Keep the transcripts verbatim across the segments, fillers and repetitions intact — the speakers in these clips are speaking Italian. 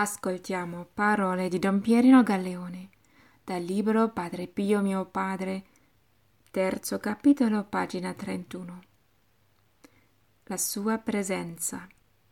Ascoltiamo parole di Don Pierino Galleone dal libro Padre Pio mio padre, terzo capitolo, pagina trentuno. La sua presenza.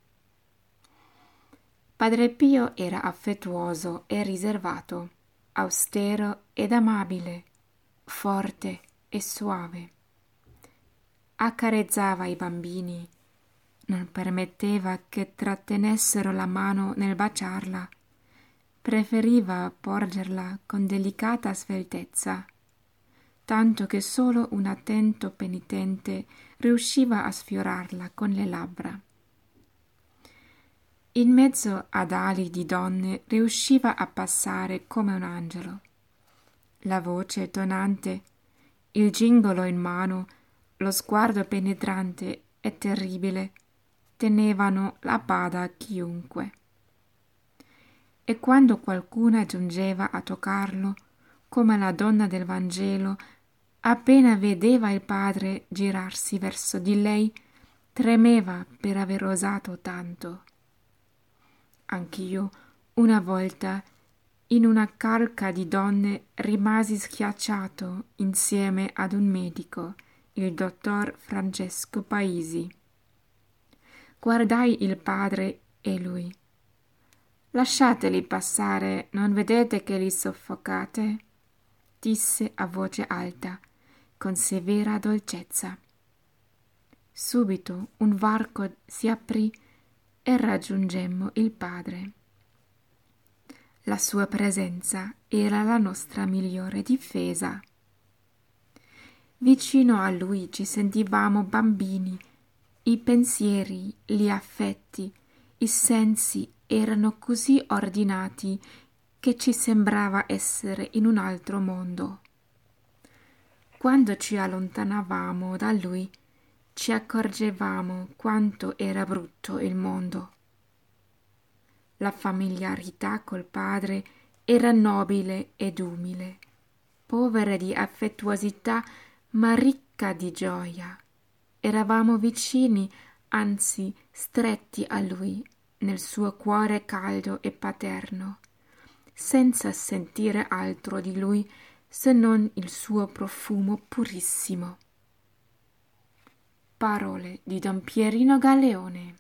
Padre Pio era affettuoso e riservato, austero ed amabile, forte e suave. Accarezzava i bambini, non permetteva che trattenessero la mano nel baciarla, preferiva porgerla con delicata sveltezza, tanto che solo un attento penitente riusciva a sfiorarla con le labbra. In mezzo ad ali di donne riusciva a passare come un angelo. La voce tonante, il gingolo in mano, lo sguardo penetrante e terribile tenevano la bada a chiunque. E quando qualcuna giungeva a toccarlo, come la donna del Vangelo, appena vedeva il padre girarsi verso di lei, tremeva per aver osato tanto. Anch'io, una volta, in una calca di donne, rimasi schiacciato insieme ad un medico, il dottor Francesco Paisi. Guardai il padre e lui. «Lasciateli passare, non vedete che li soffocate?» disse a voce alta, con severa dolcezza. Subito un varco si aprì e raggiungemmo il padre. La sua presenza era la nostra migliore difesa. Vicino a lui ci sentivamo bambini. I pensieri, gli affetti, i sensi erano così ordinati che ci sembrava essere in un altro mondo. Quando ci allontanavamo da lui, ci accorgevamo quanto era brutto il mondo. La familiarità col padre era nobile ed umile, povera di affettuosità ma ricca di gioia. Eravamo vicini, anzi stretti a lui, nel suo cuore caldo e paterno, senza sentire altro di lui se non il suo profumo purissimo. Parole di Don Pierino Galleone.